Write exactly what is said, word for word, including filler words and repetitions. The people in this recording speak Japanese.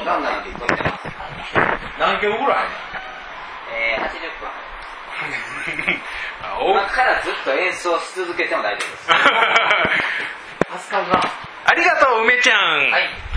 間内で撮ってます。 何曲ぐらい？ えー、はちじゅっぷん。今からずっと演奏し続けても大丈夫です。 ありがとう梅ちゃん。 はい。